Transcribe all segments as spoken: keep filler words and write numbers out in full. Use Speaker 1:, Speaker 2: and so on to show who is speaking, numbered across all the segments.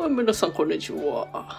Speaker 1: はい、皆さんこんにちは。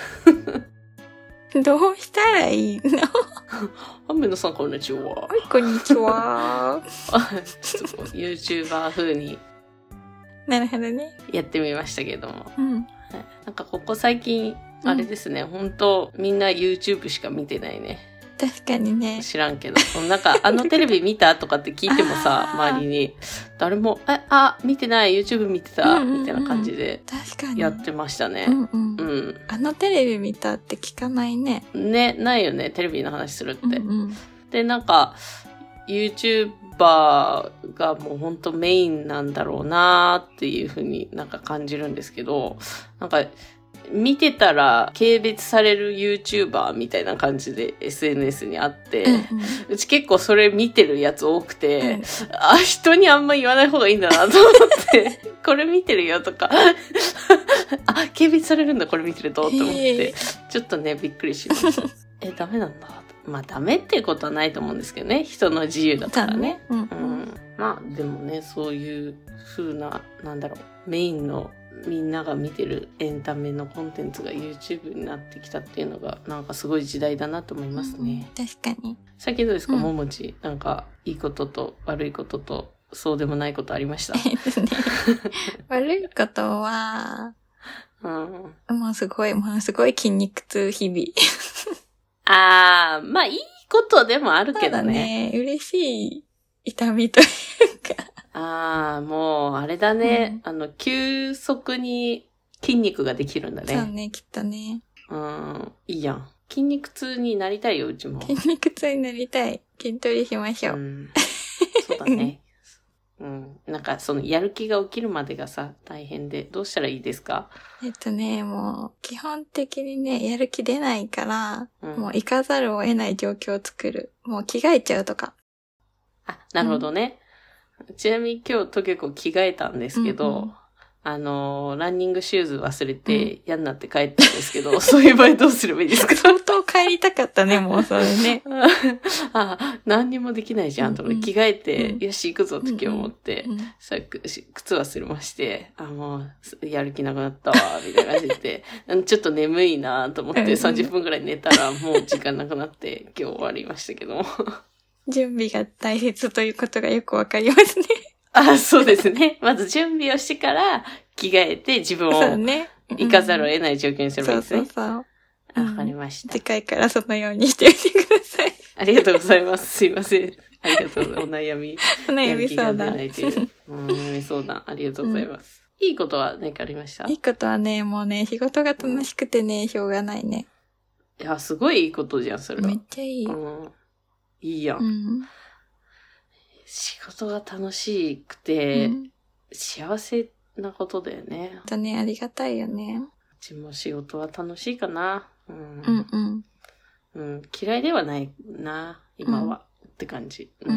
Speaker 2: どうしたらいいの？
Speaker 1: はい、皆さんこんにちは。
Speaker 2: はい、こんにちは。
Speaker 1: ちょっと YouTuber 風に
Speaker 2: なるほどね。
Speaker 1: やってみましたけども。
Speaker 2: うん。
Speaker 1: なんかここ最近、あれですね、うん、本当みんな YouTube しか見てないね。
Speaker 2: 確かにね。
Speaker 1: 知らんけど。なんか、あのテレビ見たとかって聞いてもさ、周りに、誰も、え、あ、見てない、YouTube 見てた、うんうんうん、みたいな感じで、確かに。やってましたね。
Speaker 2: うんうん。うん。あのテレビ見たって聞かないね。
Speaker 1: ね、ないよね、テレビの話するって。うん
Speaker 2: うん、
Speaker 1: で、なんか、YouTuber がもうほんとメインなんだろうなーっていう風になんか感じるんですけど、なんか、見てたら軽蔑される YouTuber みたいな感じで エスエヌエス にあって、うんうん、うち結構それ見てるやつ多くて、うん、あ、人にあんま言わない方がいいんだなと思って、これ見てるよとか、あ、軽蔑されるんだこれ見てるとって思って、ちょっとね、びっくりしました。え、ダメなんだ。まあダメってことはないと思うんですけどね、人の自由だからね。うんうん、まあでもね、そういう風な、なんだろう、メインのみんなが見てるエンタメのコンテンツが YouTube になってきたっていうのがなんかすごい時代だなと思いますね。
Speaker 2: うん、確かに。
Speaker 1: 最近どうですか、うん、ももち。なんかいいことと悪いこととそうでもないことありました？
Speaker 2: 悪いことは、
Speaker 1: うん、
Speaker 2: もうすごい、もうすごい筋肉痛日々。
Speaker 1: あー、まあいいことでもあるけどね。
Speaker 2: ね、嬉しい痛みというか。
Speaker 1: ああ、もう、あれだね、うん。あの、急速に筋肉ができるんだね。
Speaker 2: そうね、きっとね。
Speaker 1: うん、いいやん。筋肉痛になりたいよ、うちも。
Speaker 2: 筋肉痛になりたい。筋トレしましょう。うん、
Speaker 1: そうだね。うん。なんか、その、やる気が起きるまでがさ、大変で、どうしたらいいですか？
Speaker 2: えっとね、もう、基本的にね、やる気出ないから、うん、もう行かざるを得ない状況を作る。もう着替えちゃうとか。
Speaker 1: あ、なるほどね。うん、ちなみに今日と結構着替えたんですけど、うんうん、あのー、ランニングシューズ忘れて嫌になって帰ったんですけど、うん、そういう場合どうすればいいですか？
Speaker 2: 相当帰りたかったね、もうそれね。
Speaker 1: あ、何にもできないじゃんとか、うんうん、着替えて、うん、よし行くぞって今日思って、うんうん、さ靴忘れまして、あ、もうやる気なくなったわ、みたいな感じで、ちょっと眠いなと思ってさんじゅっぷんくらい寝たらもう時間なくなって今日終わりましたけども。
Speaker 2: 準備が大切ということがよくわかりますね。
Speaker 1: あ、そうですね。まず準備をしてから着替えて自分を行かざるを得ない状況にすればいいですね。
Speaker 2: そうそうそう。
Speaker 1: あ、わかりました。
Speaker 2: 次回からそのようにしてみてください。
Speaker 1: ありがとうございます。すいません。ありがとうございます。お悩み。
Speaker 2: お悩み相談。
Speaker 1: お悩み相談。ありがとうございます。うん、いいことは何かありました？
Speaker 2: いいことはね、もうね、仕事が楽しくてね、しょうがないね。
Speaker 1: いや、すごいいいことじゃん、それは。
Speaker 2: めっちゃいい。
Speaker 1: うん、いいやん。うん仕事が楽しくて、うん、幸せなことだよね。
Speaker 2: だね、ありがたいよね。
Speaker 1: うちも仕事は楽しいかな。うん。
Speaker 2: うんうん。
Speaker 1: うん、嫌いではないな、今は。うん、って感じ。うん。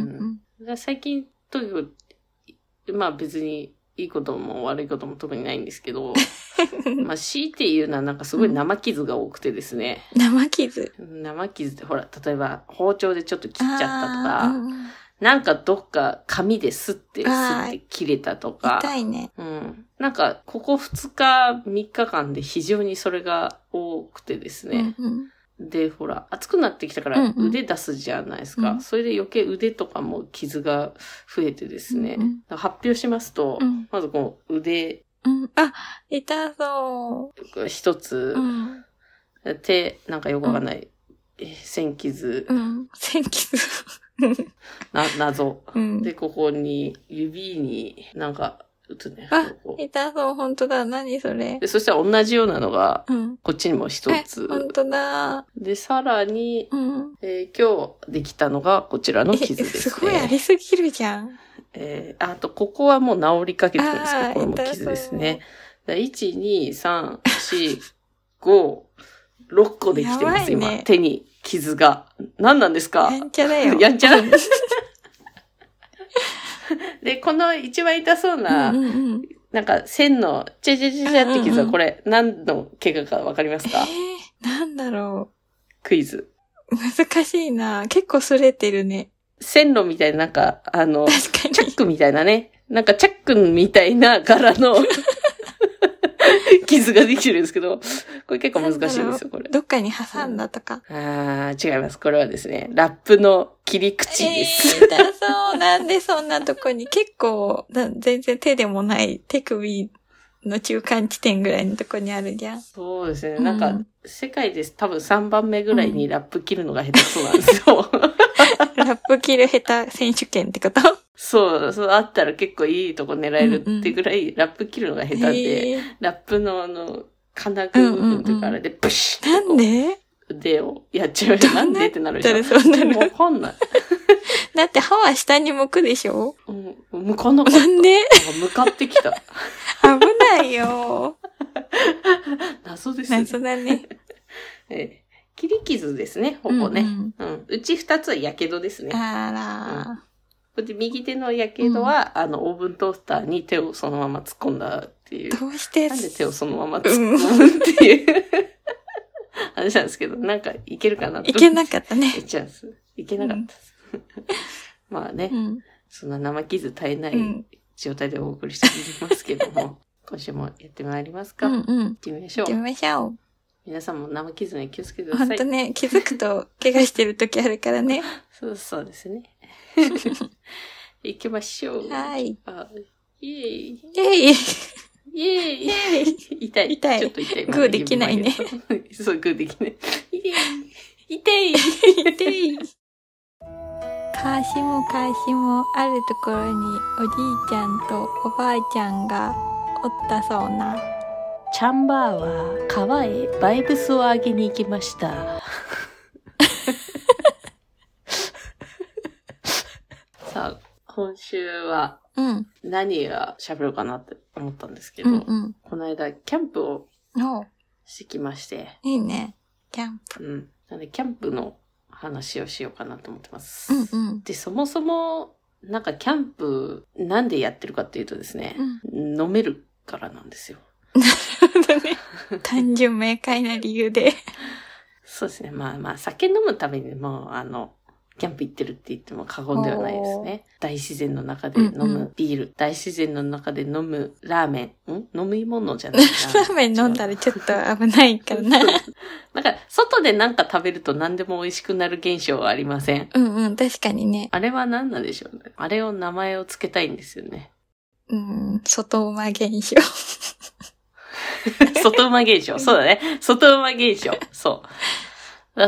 Speaker 1: うん、最近、とにかく、まあ別にいいことも悪いことも特にないんですけど、まあ強いて言うのはなんかすごい生傷が多くてですね。
Speaker 2: うん、生傷
Speaker 1: 生傷ってほら、例えば包丁でちょっと切っちゃったとか、なんかどっか紙でスッて、スッて切れたとか。
Speaker 2: 痛いね。
Speaker 1: うん。なんか、ここふつか、みっかかんで非常にそれが多くてですね。うんうん、で、ほら、暑くなってきたから腕出すじゃないですか。うんうん、それで余計腕とかも傷が増えてですね。うんうん、発表しますと、うん、まずこう腕。
Speaker 2: うん、あ、痛そう。
Speaker 1: 一つ、うん、手、なんかよくわかんない。うん、線傷。
Speaker 2: うん、線傷。
Speaker 1: な、謎、うん。で、ここに、指になんか、打つね。
Speaker 2: あ、痛そう、ほんとだ。何それ。
Speaker 1: で、そしたら同じようなのが、うん、こっちにも一つ。
Speaker 2: ほんとだ。
Speaker 1: で、さらに、うんえー、今日できたのがこちらの傷ですね。
Speaker 2: すごいありすぎるじゃん。
Speaker 1: えー、あと、ここはもう治りかけてるんですけど、これも傷ですね。いち、に、さん、よん、ご、ろっこできてます、ね、今。手に。傷が。何なんですか？
Speaker 2: やんちゃだよ。
Speaker 1: やんちゃで、この一番痛そうな、うんうんうん、なんか線のチェチェチェチェって傷はこれ、うんうん、何の怪我かわかりますか？
Speaker 2: えー、なんだろ
Speaker 1: う。クイズ。
Speaker 2: 難しいな。結構擦れてるね。
Speaker 1: 線路みたいな、なんか、あの、
Speaker 2: 確かに
Speaker 1: チャックみたいなね。なんかチャックみたいな柄の傷ができてるんですけど、これ結構難しいんですよ、これ。
Speaker 2: どっかに挟んだとか。
Speaker 1: あー、違います。これはですね、ラップの切り口です。
Speaker 2: えー、だそうなんでそんなとこに結構、全然手でもない手首の中間地点ぐらいのとこにあるじゃん。
Speaker 1: そうですね。なんか、うん、世界で多分さんばんめぐらいにラップ切るのが下手くそなんですよ。
Speaker 2: ラップ切る下手選手権ってこと？
Speaker 1: そう、そう、あったら結構いいとこ狙えるってぐらい、ラップ切るのが下手で、うんうん、ラップのあの、金具部分とかあれでブシッと、
Speaker 2: なんで
Speaker 1: 腕をやっちゃうよ。なんでってなるじゃん。
Speaker 2: そうなる。
Speaker 1: わかんない。
Speaker 2: だって歯は下に向くでしょ？
Speaker 1: うん、向かなかった。
Speaker 2: なんで？
Speaker 1: 向かってきた。
Speaker 2: 危ないよ。
Speaker 1: 謎ですね。
Speaker 2: 謎だね。
Speaker 1: え切り傷ですね、ほぼね。うんうん、うん。うち二つは火傷ですね。
Speaker 2: あら、
Speaker 1: うん。で、右手の火傷は、うん、あの、オーブントースターに手をそのまま突っ込んだっていう。
Speaker 2: どうして
Speaker 1: なんで手をそのまま突っ込むっていう、うん、話なんですけど、なんかいけるかなと。
Speaker 2: いけなかったね。
Speaker 1: いっちゃうんです。いけなかったです。うん、まあね、うん、そんな生傷絶えない状態でお送りしていますけども、うん、今週もやってまいりますか。
Speaker 2: うんうん。
Speaker 1: 行ってみましょう。
Speaker 2: 行ってみましょう。
Speaker 1: 皆さんも生傷に気をつけてください。
Speaker 2: ほんとね、気づくと怪我してる時あるからね。
Speaker 1: そうそうですね。行きましょう。
Speaker 2: はい。
Speaker 1: あイェーイ。
Speaker 2: イェーイ。
Speaker 1: イェーイ。イェーイ。痛い。
Speaker 2: 痛い。
Speaker 1: ちょっと痛い。
Speaker 2: グーできないね。
Speaker 1: そう、グーできない。イェーイ。痛い。
Speaker 2: 痛い。かしもかしもあるところにおじいちゃんとおばあちゃんがおったそうな。
Speaker 1: チャンバーは川へバイブスを上げに行きました。さあ、今週は何が喋ろうかなって思ったんですけど、うんうん、この間キャンプをしてきまして。
Speaker 2: いいね、キャンプ。
Speaker 1: うん。なのでキャンプの話をしようかなと思ってます。
Speaker 2: うんうん、
Speaker 1: で、そもそもなんかキャンプなんでやってるかっていうとですね、うん、飲めるからなんですよ。
Speaker 2: なるほどね。単純明快な理由で。
Speaker 1: そうですね。まあまあ、酒飲むためにも、あの、キャンプ行ってるって言っても過言ではないですね。大自然の中で飲むビール、うんうん、大自然の中で飲むラーメン、ん飲み物じゃないな。
Speaker 2: ラーメン飲んだらちょっと危ないからな。
Speaker 1: なんか、外でなんか食べると何でも美味しくなる現象はありません？
Speaker 2: うんうん、確かにね。
Speaker 1: あれは何なんでしょうね。あれを名前をつけたいんですよね。
Speaker 2: うん、外馬現象。
Speaker 1: 外馬現象。そうだね。外馬現象。そう。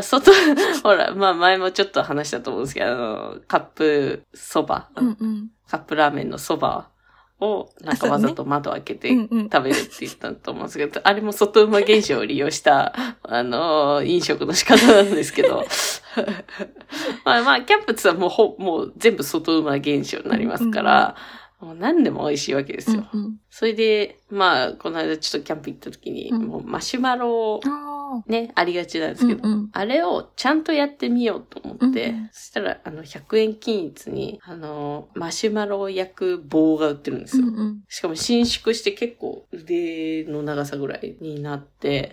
Speaker 1: 外、ほら、まあ前もちょっと話したと思うんですけど、あの、カップそば、
Speaker 2: うんうん、
Speaker 1: カップラーメンのそばを、なんかわざと窓開けて食べるって言ったと思うんですけど、あ, うんうん、あれも外馬現象を利用した、あの、飲食の仕方なんですけど、まあまあ、キャンプってはもうほ、もう全部外馬現象になりますから、うんうんもう何でも美味しいわけですよ。
Speaker 2: うんうん、
Speaker 1: それで、まあ、この間ちょっとキャンプ行った時に、うん、もうマシュマロをね、ありがちなんですけど、
Speaker 2: うんうん、
Speaker 1: あれをちゃんとやってみようと思って、うんうん、そしたら、あの、ひゃくえん均一に、あの、マシュマロを焼く棒が売ってるんですよ。
Speaker 2: うんうん、
Speaker 1: しかも伸縮して結構腕の長さぐらいになって、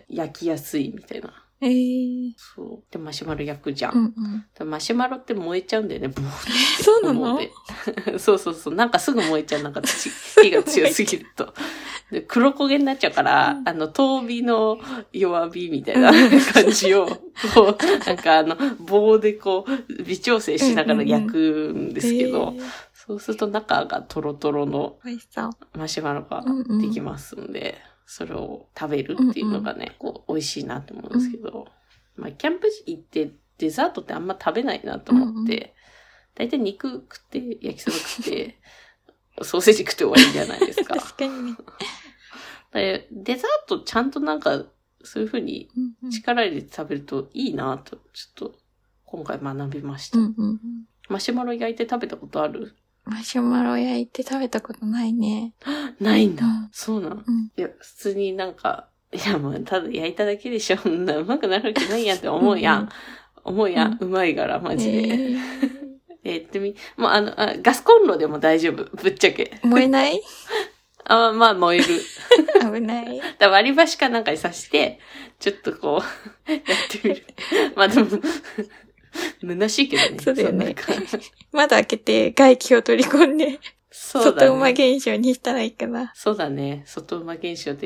Speaker 1: 焼きやすいみたいな。
Speaker 2: えー、
Speaker 1: そう。で、マシュマロ焼くじゃん。
Speaker 2: うんうん、
Speaker 1: マシュマロって燃えちゃうんだよね、ボーって。
Speaker 2: そうなの？
Speaker 1: そうそうそう。なんかすぐ燃えちゃう。なんか火が強すぎると。で、黒焦げになっちゃうから、うん、あの、遠火の弱火みたいな感じを、こう、なんかあの、棒でこう、微調整しながら焼くんですけど、うんうんえー、そうすると中がトロトロのマシュマロができますんで、うんうんそれを食べるっていうのがね、うんうん、こう美味しいなと思うんですけど、うん、まあキャンプ行ってデザートってあんま食べないなと思って、だいたい肉食って焼きそば食ってソーセージ食って終わりじゃないですか。
Speaker 2: 確かにね。
Speaker 1: デザートちゃんとなんかそういう風に力入れて食べるといいなとちょっと今回学びました。
Speaker 2: うんうんうん、
Speaker 1: マシュマロ焼いて食べたことある？
Speaker 2: マシュマロ焼いて食べたことないね。
Speaker 1: ないんだ。うん、そうなの、
Speaker 2: うん、
Speaker 1: いや、普通になんか、いやもうただ焼いただけでしょ。そんなうまくなるわけないやんって思うやん。うん、思うやん。うん、うまいから、マジで。えー、やってみ、もうあのあ、ガスコンロでも大丈夫。ぶっちゃけ。
Speaker 2: 燃えない
Speaker 1: あまあ、燃える。
Speaker 2: 危ない。
Speaker 1: だ割り箸かなんかに刺して、ちょっとこう、やってみる。まあでも、虚しいけどね。
Speaker 2: そうだよね。窓開けて外気を取り込んで、そうだね、外馬現象にしたらいいかな。
Speaker 1: そうだね。外馬現象でや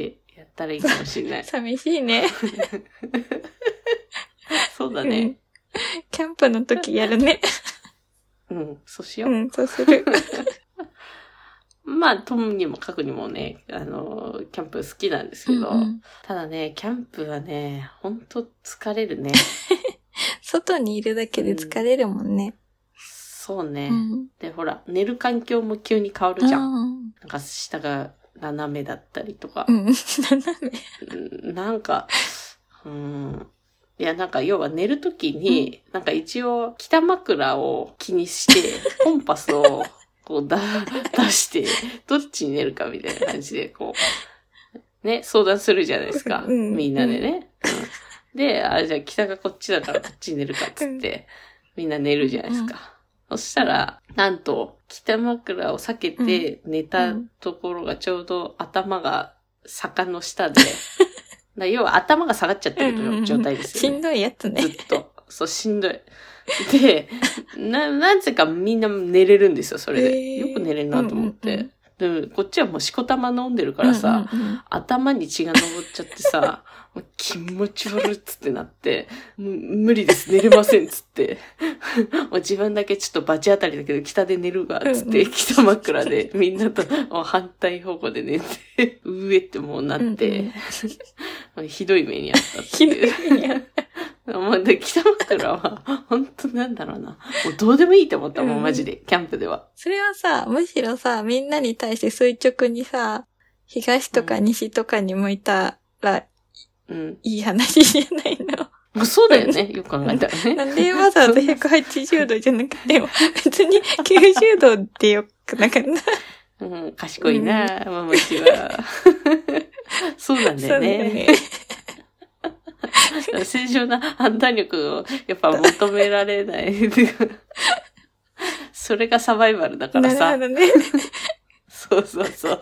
Speaker 1: やったらいいかもしれない。
Speaker 2: 寂しいね。
Speaker 1: そうだね、うん。
Speaker 2: キャンプの時やるね。
Speaker 1: うん、そうしよう。
Speaker 2: うん、そうする。
Speaker 1: まあ、とにもかくにもね、あの、キャンプ好きなんですけど、うんうん、ただね、キャンプはね、ほんと疲れるね。
Speaker 2: 外にいるだけで疲れるもんね。うん、
Speaker 1: そうね、うん。で、ほら、寝る環境も急に変わるじゃん。うん、なんか下が斜めだったりとか。
Speaker 2: うん、斜
Speaker 1: め。なんか、うん、いや、なんか要は寝るときに、うん、なんか一応北枕を気にして、コンパスをこうだ出して、どっちに寝るかみたいな感じで、こう、ね、相談するじゃないですか。うん、みんなでね。うん、で、あ、じゃあ北がこっちだからこっちに寝るかっつって、みんな寝るじゃないですか。うん、そしたら、なんと、北枕を避けて寝たところがちょうど頭が坂の下で、だ要は頭が下がっちゃってる状態ですよね。
Speaker 2: しんどいやつね。
Speaker 1: ずっと。そう、しんどい。で、な、なぜかみんな寝れるんですよ、それで。よく寝れるなと思って。うんうんうん、で、こっちはもうしこたま飲んでるからさ、うんうんうん、頭に血が昇っちゃってさ、もう気持ち悪いっつってなって、もう無理です、寝れませんっつって。もう自分だけちょっとバチ当たりだけど北で寝るわっつって、うんうん、北枕でみんなと反対方向で寝て、うえってもうなって、うんうん、ひどい目にあったっていう。ひどい目にあった。もうで、北枕は、本当なんだろうな。もうどうでもいいと思ったもん、マジで、キャンプでは。
Speaker 2: それはさ、むしろさ、みんなに対して垂直にさ、東とか西とかに向いたら、うん、いい話じゃないの。
Speaker 1: もうそうだよね、よく考えたらね。
Speaker 2: なんでわざわざひゃくはちじゅうどじゃなくても、別にきゅうじゅうどでよくなかった。
Speaker 1: うん、賢いな、ママチは。そうなんだよね。正常な判断力をやっぱ求められない。それがサバイバルだからさ。
Speaker 2: なるほどね。
Speaker 1: そうそうそう。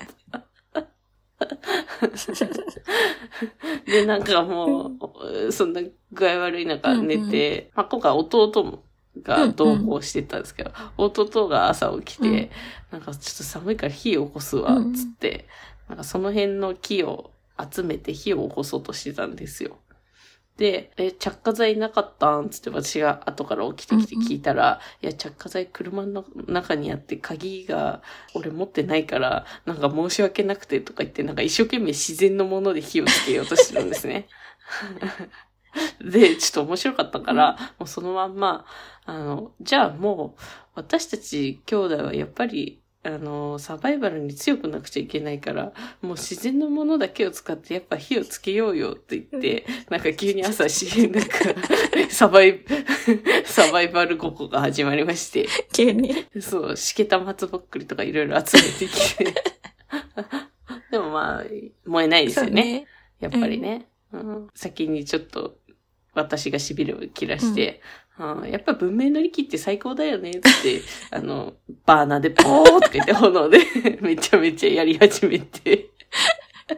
Speaker 1: で、なんかもう、そんな具合悪い中寝て、うんうん、まあ、今回弟が同行してたんですけど、うんうん、弟が朝起きて、うん、なんかちょっと寒いから火を起こすわ、つって、うんうん、なんかその辺の木を集めて火を起こそうとしてたんですよ。で、え、着火剤なかったんつって私が後から起きてきて聞いたら、うんうん、いや、着火剤車の中にあって鍵が俺持ってないから、なんか申し訳なくてとか言って、なんか一生懸命自然のもので火をつけようとしてるんですね。で、ちょっと面白かったから、もうそのまんま、あの、じゃあもう、私たち兄弟はやっぱり、あの、サバイバルに強くなくちゃいけないから、もう自然のものだけを使ってやっぱ火をつけようよって言って、なんか急に朝し、なんか、サバイ、サバイバルごっこが始まりまして。
Speaker 2: 急に。
Speaker 1: そう、しけた松ぼっくりとかいろいろ集めてきて。でもまあ、燃えないですよね。ねやっぱりね、うんうん。先にちょっと、私が痺れを切らして、うん、やっぱ文明の利器って最高だよね、つって、あの、バーナーでポーって言って炎でめちゃめちゃやり始めて。や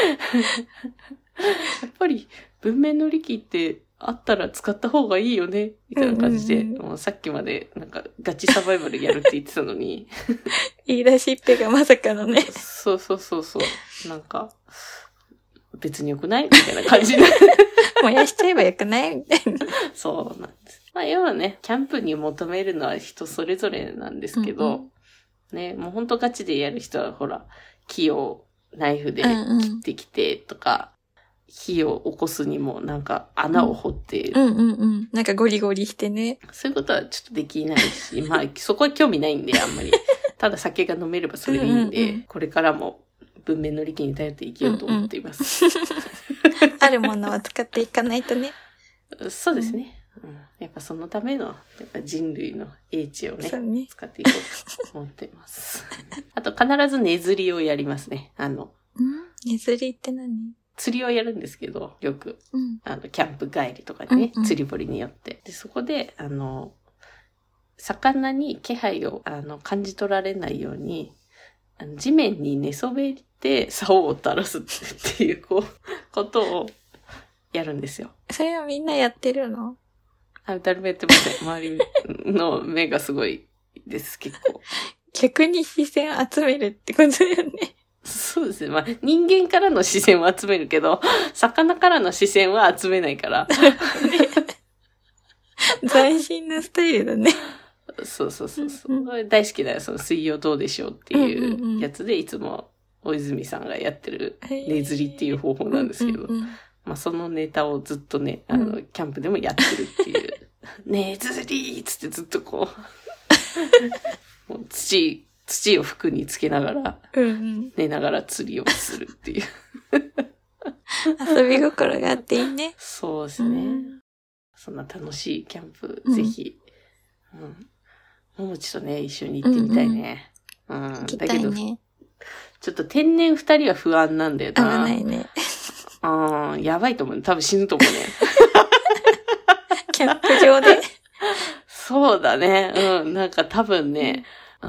Speaker 1: っぱり文明の利器ってあったら使った方がいいよね、みたいな感じで、うんうんうん、もうさっきまでなんかガチサバイバルやるって言ってたのに。
Speaker 2: 言い出しっぺがまさかのね。
Speaker 1: そうそうそうそう。なんか、別に良くないみたいな感じで。
Speaker 2: 燃やしちゃえばよくないみたいな。
Speaker 1: そうなんです。まあ要はね、キャンプに求めるのは人それぞれなんですけど、うんうん、ね、もうほんとガチでやる人はほら、木をナイフで切ってきてとか、うんうん、火を起こすにもなんか穴を掘って、
Speaker 2: うん、うんうんうんなんかゴリゴリしてね。
Speaker 1: そういうことはちょっとできないし、まあそこは興味ないんであんまり。ただ酒が飲めればそれでいいんで、うんうんうん、これからも文明の利器に頼って生きようと思っています。うんうん
Speaker 2: あるものを使っていかないとね。
Speaker 1: そうですね、うん。やっぱそのためのやっぱ人類の英知を ね, ね使っていこうと思っています。あと必ず寝釣りをやりますね。あの、
Speaker 2: ん寝釣りって何？
Speaker 1: 釣りをやるんですけど、よく、うん、あのキャンプ帰りとかにね、うんうん、釣り堀によって、でそこであの魚に気配をあの感じ取られないように。地面に寝そべって竿を垂らすっていうこうことをやるんですよ。
Speaker 2: それはみんなやってるの？
Speaker 1: あ、誰もやってません。周りの目がすごいです、結構。
Speaker 2: 逆に視線集めるってことだよね。
Speaker 1: そうですね。まあ、人間からの視線は集めるけど、魚からの視線は集めないから。
Speaker 2: 斬新なスタイルだね。
Speaker 1: そうそうそうそう。うんうん、大好きだよ。その水曜どうでしょうっていうやつで、いつも大泉さんがやってるねずりっていう方法なんですけど、うんうんうん、まあ、そのネタをずっとね、あの、キャンプでもやってるっていう。ねずりーっつってずっとこう、もう土、土を服につけながら、うんうん、寝ながら釣りをするっていう。
Speaker 2: 遊び心があっていいね。
Speaker 1: そうですね。うん、そんな楽しいキャンプ、ぜひ、うん。ももちとね、一緒に行ってみたいね。うん、うん。行きたいね。だけど、ちょっと天然二人は不安なんだよな。
Speaker 2: 危ないね。
Speaker 1: ああ、やばいと思う。多分死ぬと思うね。
Speaker 2: キャンプ場で
Speaker 1: そうだね。うん。なんか多分ね、うん。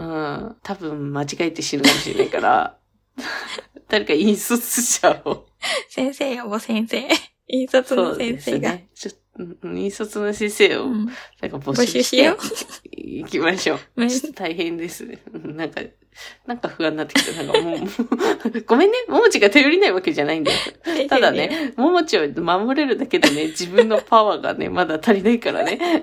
Speaker 1: 多分間違えて死ぬかもしれないから、誰か引率者を。
Speaker 2: 先生よ、もう先生。引率の先生が。
Speaker 1: そうですね。ちょ引率の先生を、なんか募集して。募集しよう。行きましょう。ちょっと大変ですね。なんか、なんか不安になってきた。なんかもう、ごめんね。ももちが頼りないわけじゃないんだよ。ただね、ももちを守れるだけでね、自分のパワーがね、まだ足りないからね。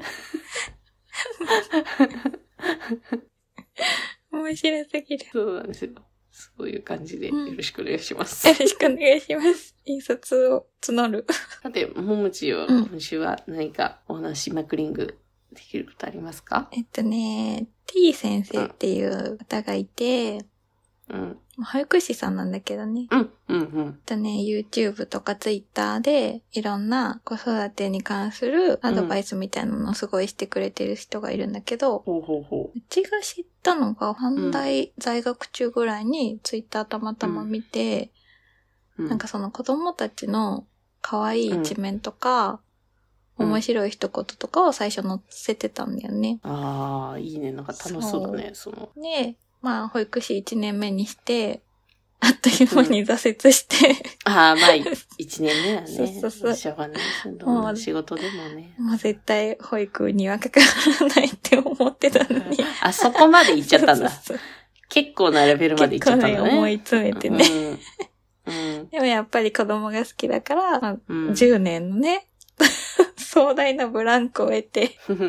Speaker 2: 面白すぎる。
Speaker 1: そうなんですよ。そういう感じでよろしくお願いします。
Speaker 2: うん、よろしくお願いします。引率を募る。
Speaker 1: さて、ももちは今週は何かお話しマクリングできることありますか？
Speaker 2: えっとね、T 先生っていう方がいて、うん。保育士さんなんだけどね。
Speaker 1: うん、うん、うん。
Speaker 2: とね、YouTube とか Twitter でいろんな子育てに関するアドバイスみたいなのをすごいしてくれてる人がいるんだけど、
Speaker 1: ほうほうほう。
Speaker 2: うちが知ったのが本来在学中ぐらいに Twitter たまたま見て、うん、なんかその子供たちの可愛い一面とか、うん、面白い一言とかを最初載せてたんだよね。
Speaker 1: ああ、いいね。なんか楽しそうだね、その。
Speaker 2: ね、まあ、保育士いちねんめにして、あっという間に挫折して、
Speaker 1: うん。ああ、まあ、いちねんめはね。
Speaker 2: そうそうそう。
Speaker 1: しょうがないですよ。どんな仕事でもね。
Speaker 2: もう絶対保育には関わらないって思ってたのに。
Speaker 1: あ、そこまで行っちゃったんだ。そうそうそう、結構なレベルまで行っちゃったんだね。
Speaker 2: 結構ね、思い詰めてね。
Speaker 1: うんうん、
Speaker 2: でもやっぱり子供が好きだから、まあうん、じゅうねんのね、壮大なブランクを得て、うん、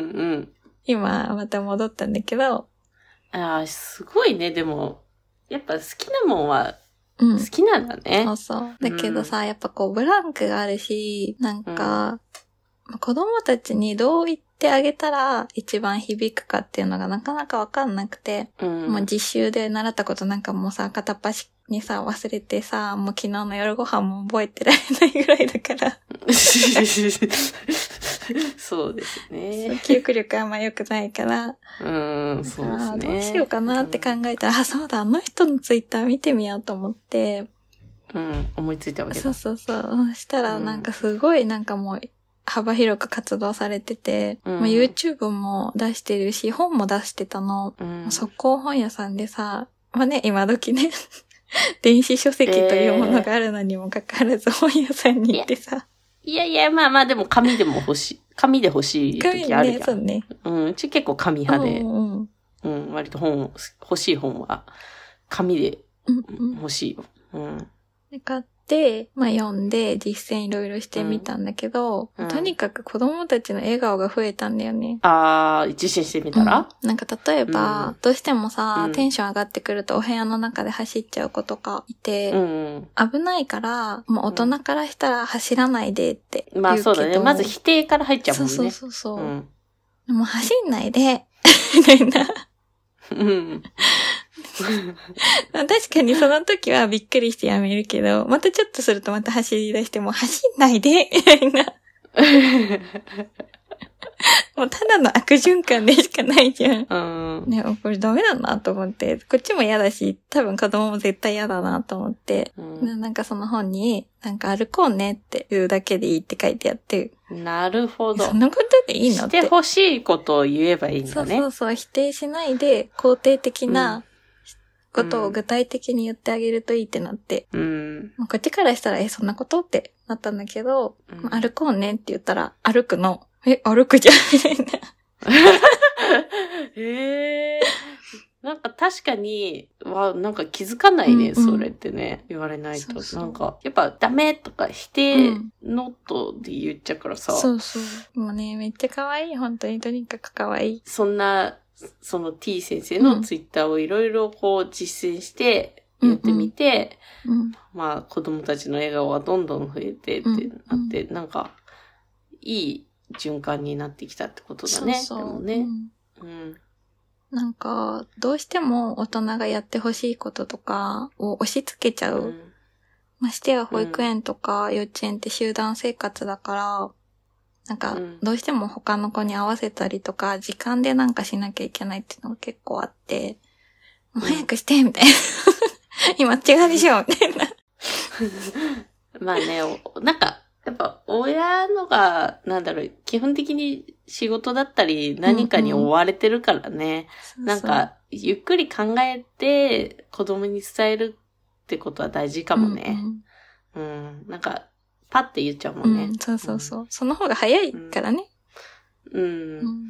Speaker 2: 今また戻ったんだけど、
Speaker 1: ああ、すごいね。でも、やっぱ好きなもんは好きなんだね。
Speaker 2: うん、そうそう。だけどさ、うん、やっぱこうブランクがあるし、なんか、うん、子供たちにどう言ってあげたら一番響くかっていうのがなかなかわかんなくて、うん、もう実習で習ったことなんかもうさ、片っ端にさ、忘れてさ、もう昨日の夜ご飯も覚えてられないぐらいだから。
Speaker 1: そうですね。
Speaker 2: 記憶力あんま良くないから。
Speaker 1: うん、そうですね。
Speaker 2: どうしようかなって考えたら、うん、あ、そうだ、あの人のツイッター見てみようと思って。
Speaker 1: うん、思いついたわけだ。
Speaker 2: そうそうそう。そしたらなんかすごいなんかもう幅広く活動されてて、うんまあ、YouTube も出してるし、本も出してたの。うん、速攻本屋さんでさ、まあね、今時ね、電子書籍というものがあるのにもかかわらず本屋さんに行ってさ、
Speaker 1: いやいや、まあまあでも紙でも欲しい。紙で欲しい時あるじゃん。
Speaker 2: 紙ね、そうね。
Speaker 1: うん、うち結構紙派で、うんうんうん、割と本、欲しい本は紙で欲しいよ。うん、うん
Speaker 2: で買って、まあ読んで実践いろいろしてみたんだけど、うん、とにかく子供たちの笑顔が増えたんだよね。
Speaker 1: あー、実践してみたら、
Speaker 2: うん、なんか例えば、うん、どうしてもさ、うん、テンション上がってくるとお部屋の中で走っちゃう子とかいて、うん、危ないから、もう大人からしたら走らないでって言うけど、
Speaker 1: まあそうだね。まず否定から入っちゃうもんね。
Speaker 2: そうそうそうそう。うん、もう走んないで、みたいな。うん確かにその時はびっくりしてやめるけど、またちょっとするとまた走り出しても走んないで、みたいな。もうただの悪循環でしかないじゃん。うん、ね、これダメだなと思って、こっちも嫌だし、多分子供も絶対嫌だなと思って、うん、なんかその本に、なんか歩こうねって言うだけでいいって書いてあって。
Speaker 1: なるほど。
Speaker 2: そんなことでいいのって。
Speaker 1: してほしいことを言えばいいんだね。
Speaker 2: そうそうそう、否定しないで肯定的なことを具体的に言ってあげるといいってなって。うん、こっちからしたら、え、そんなことってなったんだけど、うん、歩こうねって言ったら、歩くの。え、歩くじゃんみたいな。
Speaker 1: へえ。 なんか確かに、は、なんか気づかないね、
Speaker 2: うんうん、
Speaker 1: それってね、言われないと。
Speaker 2: そうそう
Speaker 1: なんか、やっぱダメとか否定ノットで言っちゃうからさ。
Speaker 2: うん、そうそう。もうね、めっちゃ可愛い。本当にとにかく可愛い。
Speaker 1: そんな、その T 先生のツイッターをいろいろこう実践してやってみて、
Speaker 2: うんうん、
Speaker 1: まあ子供たちの笑顔はどんどん増えてってなって、うんうん、なんか、いい循環になってきたってことだね。そうそうでもね。うん、うん
Speaker 2: なんか、どうしても大人がやってほしいこととかを押し付けちゃう。うん、ましてや保育園とか幼稚園って集団生活だから、なんか、どうしても他の子に合わせたりとか、時間でなんかしなきゃいけないっていうのが結構あって、もう早くしてみたいな。今違うでしょみたいな。
Speaker 1: まあね、なんか、やっぱ親のが、なんだろう、基本的に仕事だったり何かに追われてるからね。うんうん、なんか、ゆっくり考えて子供に伝えるってことは大事かもね。うん、うん、なんか、パッて言っちゃうもんね。
Speaker 2: うん、そうそうそう。うん、その方が早いからね。
Speaker 1: うん。うん、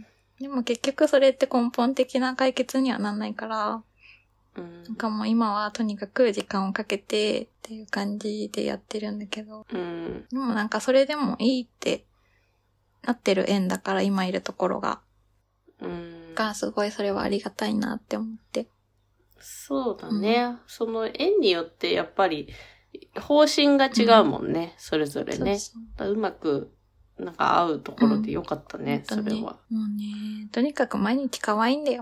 Speaker 2: でも結局それって根本的な解決にはなんないから、うん、なんかもう今はとにかく時間をかけてっていう感じでやってるんだけど、
Speaker 1: うん、
Speaker 2: でもなんかそれでもいいってなってる園だから今いるところが、うん、がすごいそれはありがたいなって思って。
Speaker 1: そうだね。うん、その園によってやっぱり方針が違うもんね、うん、それぞれね。そうそう。うまくなんか合うところでよかったね、うん、それは。
Speaker 2: もうね、とにかく毎日可愛いんだよ。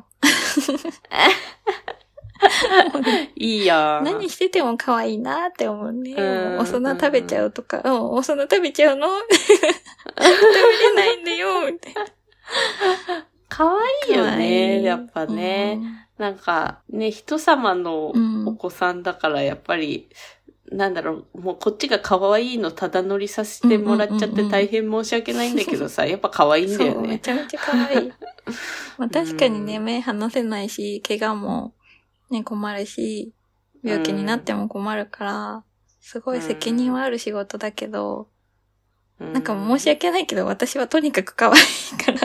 Speaker 1: いいや。
Speaker 2: 何してても可愛いなって思うね。うん、もうお砂食べちゃうとか、うん、お砂食べちゃうの食べれないんだよ、みたいな。
Speaker 1: 可愛いよね、やっぱね。うん、なんかね、人様のお子さんだからやっぱり、うん、なんだろう、もうこっちが可愛いのただ乗りさせてもらっちゃって大変申し訳ないんだけどさ、やっぱ可愛いんだよね。
Speaker 2: そう、めちゃめちゃ可愛い。まあ確かにね、目離せないし、怪我もね、困るし、病気になっても困るから、すごい責任はある仕事だけど、うん、なんか申し訳ないけど、私はとにかく可愛いから。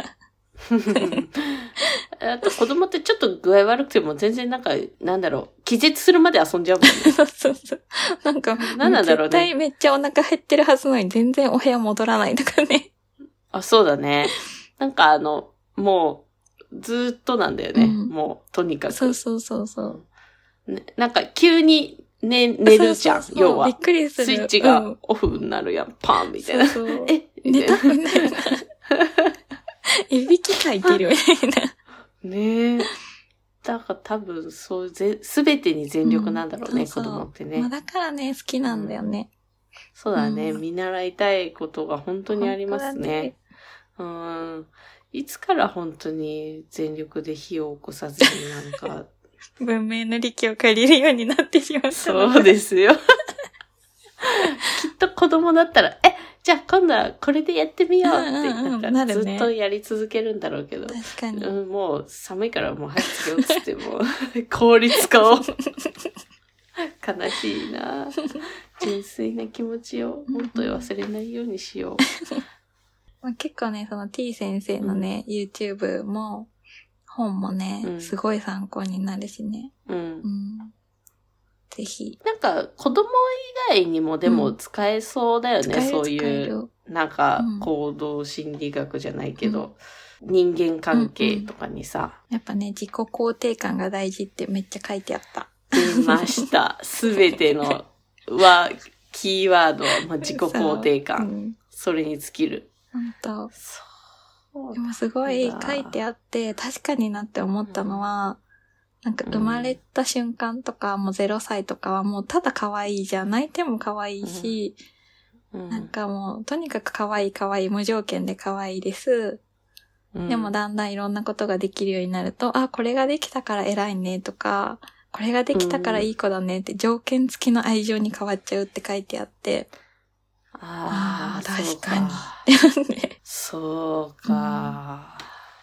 Speaker 1: あと子供ってちょっと具合悪くても全然なんか、なんだろう、気絶するまで遊んじゃうもんね。
Speaker 2: そうそうそう。なんか、
Speaker 1: なんなんだろうね。
Speaker 2: 絶対めっちゃお腹減ってるはずなのに全然お部屋戻らないとかね。
Speaker 1: あ、そうだね。なんかあの、もう、ずーっとなんだよね。うん、もう、とにかく。
Speaker 2: そうそうそうそう、
Speaker 1: ね。なんか急に寝、寝るじゃん、そうそうそう要は。
Speaker 2: びっくりする。
Speaker 1: スイッチがオフになるやん、うん、パンみたいな。
Speaker 2: そうそう
Speaker 1: え
Speaker 2: 寝たみたいな。いびきかいてるみたいな。
Speaker 1: ねえ。だから多分、そう、ぜ、すべてに全力なんだろうね、うん、そうそう子供ってね。
Speaker 2: まあ、だからね、好きなんだよね。
Speaker 1: うん、そうだね、うん、見習いたいことが本当にありますね。うん。いつから本当に全力で火を起こさずになんか。
Speaker 2: 文明の利器を借りるようになってしまった。
Speaker 1: そうですよ。きっと子供だったら、え、じゃあ今度はこれでやってみようってなんか、うんうん、ずっとやり続けるんだろうけど。
Speaker 2: 確かに。
Speaker 1: うん、もう寒いからもう早くつけようっつっても効率化を。悲しいな。純粋な気持ちをもっと忘れないようにしよう。
Speaker 2: まあ、結構ね、その T 先生のね、うん、YouTube も本もね、うん、すごい参考になるしね。うん。うん、ぜひ。
Speaker 1: なんか子供以外にもでも使えそうだよね、うん、そういう。なんか行動心理学じゃないけど、うん、人間関係とかにさ、うんうん。
Speaker 2: やっぱね、自己肯定感が大事ってめっちゃ書いてあった。
Speaker 1: 出ました。すべてのは、キーワードは、まあ、自己肯定感。そ,、うん、それに尽きる。
Speaker 2: 本当。そう。でもすごい書いてあって、確かになって思ったのは、うん、なんか生まれた瞬間とか、もうゼロさいとかはもうただ可愛いじゃん。泣いても可愛いし、うんうん、なんかもうとにかく可愛い可愛い、無条件で可愛いです。うん、でもだんだんいろんなことができるようになると、あ、これができたから偉いねとか、これができたからいい子だねって条件付きの愛情に変わっちゃうって書いてあって、
Speaker 1: ああ、確
Speaker 2: かに。
Speaker 1: そうか、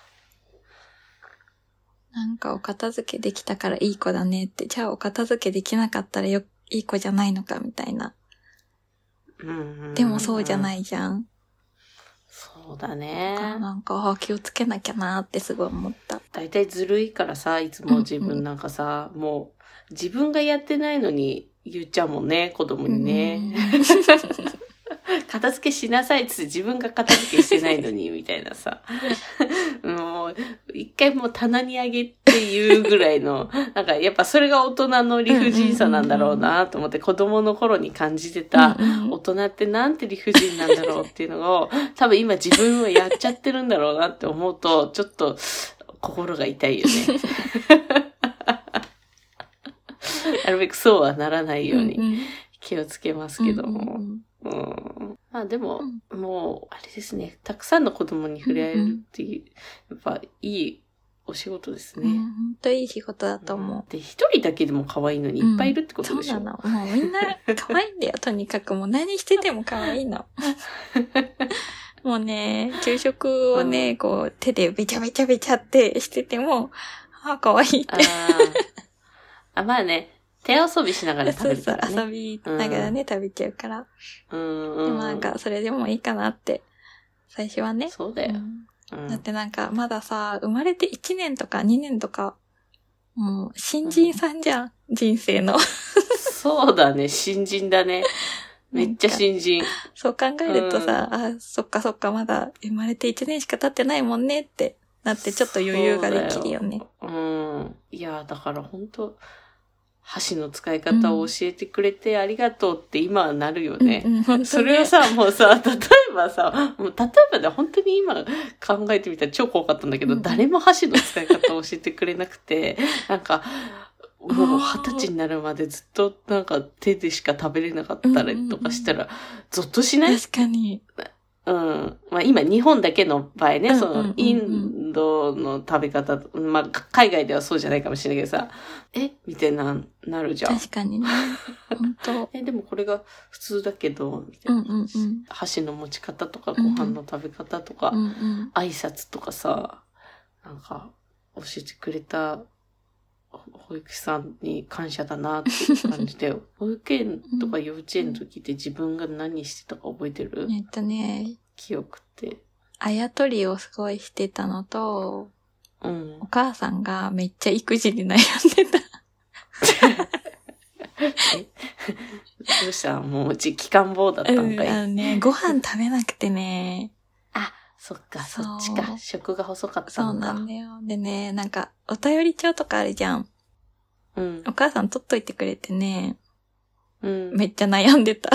Speaker 2: うん。なんかお片付けできたからいい子だねって、じゃあお片付けできなかったらよいい子じゃないのかみたいな。
Speaker 1: うんうんうん、
Speaker 2: でもそうじゃないじゃん。
Speaker 1: そそうだね。
Speaker 2: なんか気をつけなきゃなってすごい思った。
Speaker 1: だいたいずるいからさ、いつも自分なんかさ、うんうん、もう自分がやってないのに言っちゃうもんね、子供にね。片付けしなさいっつって自分が片付けしてないのに、みたいなさ。もう、一回もう棚にあげっていうぐらいの、なんかやっぱそれが大人の理不尽さなんだろうなと思って、子供の頃に感じてた、大人ってなんて理不尽なんだろうっていうのを、多分今自分はやっちゃってるんだろうなって思うと、ちょっと心が痛いよね。なるべくそうはならないように気をつけますけども。うん、まあでも、うん、もう、あれですね。たくさんの子供に触れ合えるっていう、うんうん、やっぱいいお仕事ですね。
Speaker 2: うん、本当いい仕事だと思う。うん、
Speaker 1: で、一人だけでも可愛いのにいっぱいいるってことでしょ、
Speaker 2: うん、そうなの。もうみんな可愛いんだよ。とにかくもう何してても可愛いの。もうね、昼食をね、こう手でべちゃべちゃべちゃってしてても、ああ、可愛いって。
Speaker 1: ああ、まあね。手遊びしながら食べるからね。
Speaker 2: そうそう、遊びながらね、うん、食べちゃうから。
Speaker 1: うんうん、
Speaker 2: でもなんか、それでもいいかなって、最初はね。
Speaker 1: そうだよ、
Speaker 2: うんうん。だってなんか、まださ、生まれていちねんとかにねんとか、もう、新人さんじゃん、うん、人生の。
Speaker 1: そうだね、新人だね。めっちゃ新人。
Speaker 2: そう考えるとさ、うん、あ、そっかそっか、まだ生まれていちねんしか経ってないもんねってなって、ちょっと余裕ができるよね。
Speaker 1: う, うん。いや、だから本当箸の使い方を教えてくれてありがとうって今はなるよね。うんうん、それをさ、もうさ、例えばさ、もう例えばで本当に今考えてみたら超怖かったんだけど、うん、誰も箸の使い方を教えてくれなくて、なんか、もう二十歳になるまでずっとなんか手でしか食べれなかったりとかしたら、ゾッとしない？
Speaker 2: 確かに。
Speaker 1: うん。まあ今日本だけの場合ね、そのインドの食べ方、まあ海外ではそうじゃないかもしれないけどさ、えみたいな、なるじゃん。
Speaker 2: 確かにね。本当。
Speaker 1: え、でもこれが普通だけど、みたいな、うんうんうん。箸の持ち方とかご飯の食べ方とか、うんうん、挨拶とかさ、なんか教えてくれた保育士さんに感謝だなって感じで、保育園とか幼稚園の時って自分が何してたか覚えてる？
Speaker 2: えっとね、
Speaker 1: 記憶って。
Speaker 2: あやとりをすごいしてたのと、
Speaker 1: うん、
Speaker 2: お母さんがめっちゃ育児に悩んでた。
Speaker 1: えどうした？もううち期間棒だったんかい、
Speaker 2: うん、あのね、ご飯食べなくてね。
Speaker 1: あ、そっか、そっちか。食が細かったのか。
Speaker 2: そうなんだよ。でね、なんか、お便り帳とかあるじゃん。
Speaker 1: うん。
Speaker 2: お母さん取っといてくれてね。
Speaker 1: うん。
Speaker 2: めっちゃ悩んでた。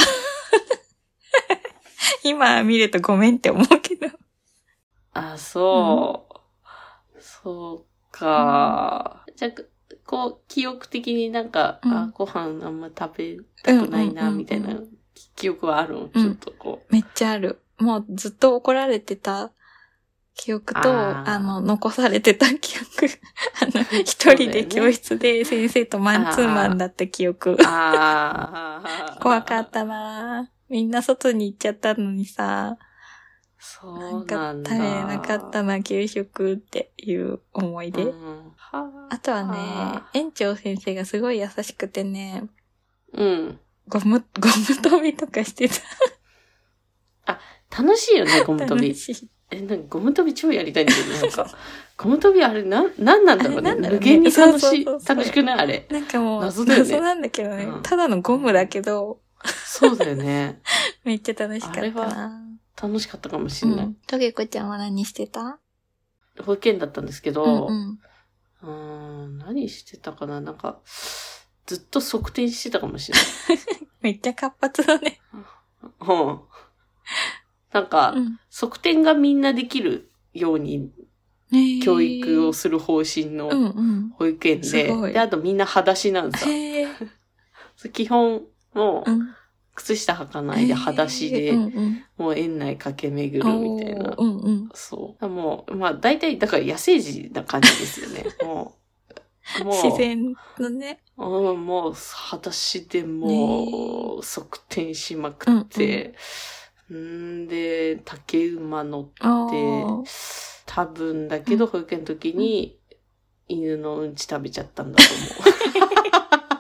Speaker 2: 今見るとごめんって思うけど。
Speaker 1: あ、そう。うん、そうか、うん。じゃあ、こう、記憶的になんか、うん、あ、ご飯あんま食べたくないな、みたいな記憶はあるの、うん、ちょっとこう。
Speaker 2: めっちゃある。もうずっと怒られてた記憶と、あ, あの、残されてた記憶。あの、一人で教室で先生とマンツーマンだった記憶。
Speaker 1: ああ
Speaker 2: 怖かったな。みんな外に行っちゃったのにさ。
Speaker 1: そうなんだ。
Speaker 2: 食べれなかったな、給食っていう思い出。うん、あとはね、園長先生がすごい優しくてね。
Speaker 1: うん。
Speaker 2: ゴム、ゴム飛びとかしてた。
Speaker 1: あ、楽しいよね、ゴム飛び。
Speaker 2: 楽しい。
Speaker 1: え、なんかゴム飛び超やりたいんだけど、なんか。ゴム飛びあれ、な、なんなんだろうね。
Speaker 2: ろうね
Speaker 1: 無限に楽しい、
Speaker 2: そうそうそう
Speaker 1: 楽しくないあれ。
Speaker 2: なんかもう、
Speaker 1: 謎だよね。
Speaker 2: 謎なんだけどね、
Speaker 1: うん。
Speaker 2: ただのゴムだけど。
Speaker 1: そうだよね。
Speaker 2: めっちゃ楽しかったな。あれは
Speaker 1: 楽しかったかもしれない。
Speaker 2: トゲコちゃんは何してた？
Speaker 1: 保育園だったんですけど、
Speaker 2: うん
Speaker 1: うん、うーん、何してたかな、なんか、ずっと側転してたかもしれない。
Speaker 2: めっちゃ活発だね。
Speaker 1: うん。なんか、うん、側転がみんなできるように、教育をする方針の保育園で、うんうん、で、あとみんな裸足なんさ。基本、もう、うん、靴下履かないで裸足で、うんうん、もう園内駆け巡るみたいな。
Speaker 2: うんうん、
Speaker 1: そう。もう、まあ大体、だから野生児な感じですよね。もう、もう
Speaker 2: 自然のね。
Speaker 1: うん、もう、裸足でもう、側転しまくって、うんうん、んで、竹馬乗って、多分だけど、保育園の時に、犬のうんち食べちゃったんだと思う。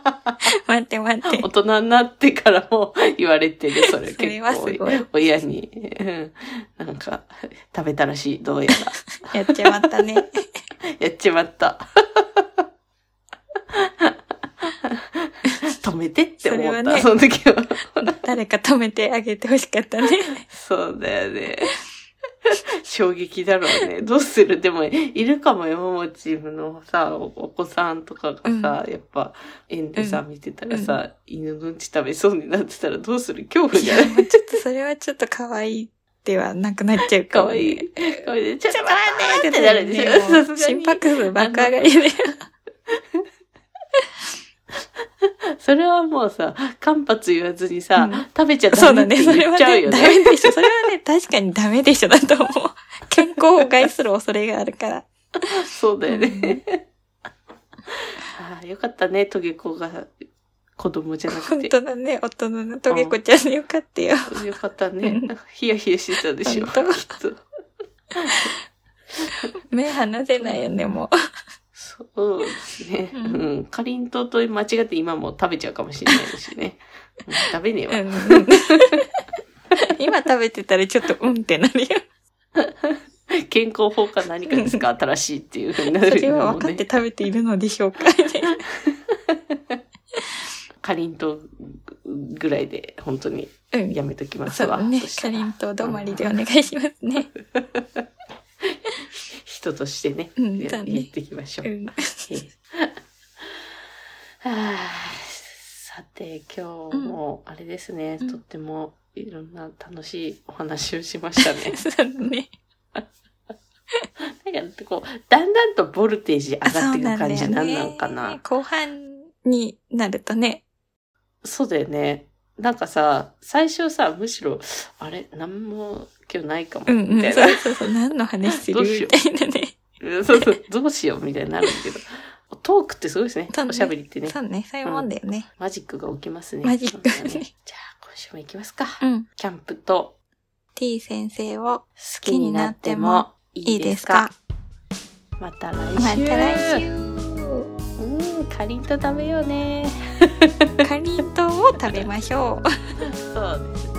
Speaker 2: 待って待って。
Speaker 1: 大人になってからも言われてる、それ結構。
Speaker 2: それはすごい。
Speaker 1: 親に、うん、なんか、食べたらしい、どうや
Speaker 2: ら。やっちまったね。
Speaker 1: やっちまった。止めてって思った、そ,、ね、その時は。
Speaker 2: 誰か止めてあげてほしかったね。
Speaker 1: そうだよね。衝撃だろうね。どうする？でも、いるかもよ、もちのさ、お子さんとかがさ、うん、やっぱ、園でさ、見てたらさ、うん、犬のうんち食べそうになってたらどうする？恐怖じゃない？
Speaker 2: いや、ちょっとそれはちょっと可愛いではなくなっちゃうかも、ね。可愛い。
Speaker 1: 可愛い。ちょっと待ってってなるでしょ。
Speaker 2: 心拍数爆上がりで。
Speaker 1: それはもうさ、間髪言わずにさ、うん、食べちゃダメって言っちゃうよね。
Speaker 2: そうだね。それはね、ダメでしょ。それはね、確かにダメでしょだと思う。健康を害する恐れがあるから。
Speaker 1: そうだよね。うん、ああ、よかったね、トゲ子が子供じゃなくて。
Speaker 2: 本当だね、大人のトゲ子ちゃんでよかったよ。
Speaker 1: よかったね。ヒヤヒヤしてたでしょ。本当きっと。
Speaker 2: 目離せないよね、もう。
Speaker 1: そうですね。うん。かりんとうと間違って今も食べちゃうかもしれないしね。うん、食べねえわ、うん。
Speaker 2: 今食べてたらちょっとうんってなるよ。
Speaker 1: 健康法か何かですか新しいっていうふうになるよね。
Speaker 2: それは分かって食べているのでしょうか
Speaker 1: かりんとうぐらいで本当にやめときますわ。
Speaker 2: うん、そうね。かりんとう止まりでお願いしますね。
Speaker 1: 人としてね、うん、やっていきましょう。うん、はあ、さて、今日もあれですね、うん、とってもいろんな楽しいお話をしましたね。
Speaker 2: そうね。
Speaker 1: なんかこう、だんだんとボルテージ上がっていく感じなんなんかな。
Speaker 2: ね、後半になるとね。
Speaker 1: そうだよね。なんかさ、最初さ、むしろ、あれ、なんも今日ないかも、みたいな。
Speaker 2: うんうん、そうそうそう、何の話するみたいなね。
Speaker 1: そうそう、どうしようみたいになるけど。トークってすごいですね。ねおしゃべりってね。
Speaker 2: そうね、そういうもんだよね。
Speaker 1: うん、マジックが起きますね。
Speaker 2: マジックね。
Speaker 1: ねじゃあ、今週も行きますか。
Speaker 2: うん。
Speaker 1: キャンプと
Speaker 2: T 先生を好きになってもいいですか？
Speaker 1: また来週。
Speaker 2: また来週。
Speaker 1: うん、かりんとう食べようね。
Speaker 2: かりんとうを食べましょう。
Speaker 1: そうですね。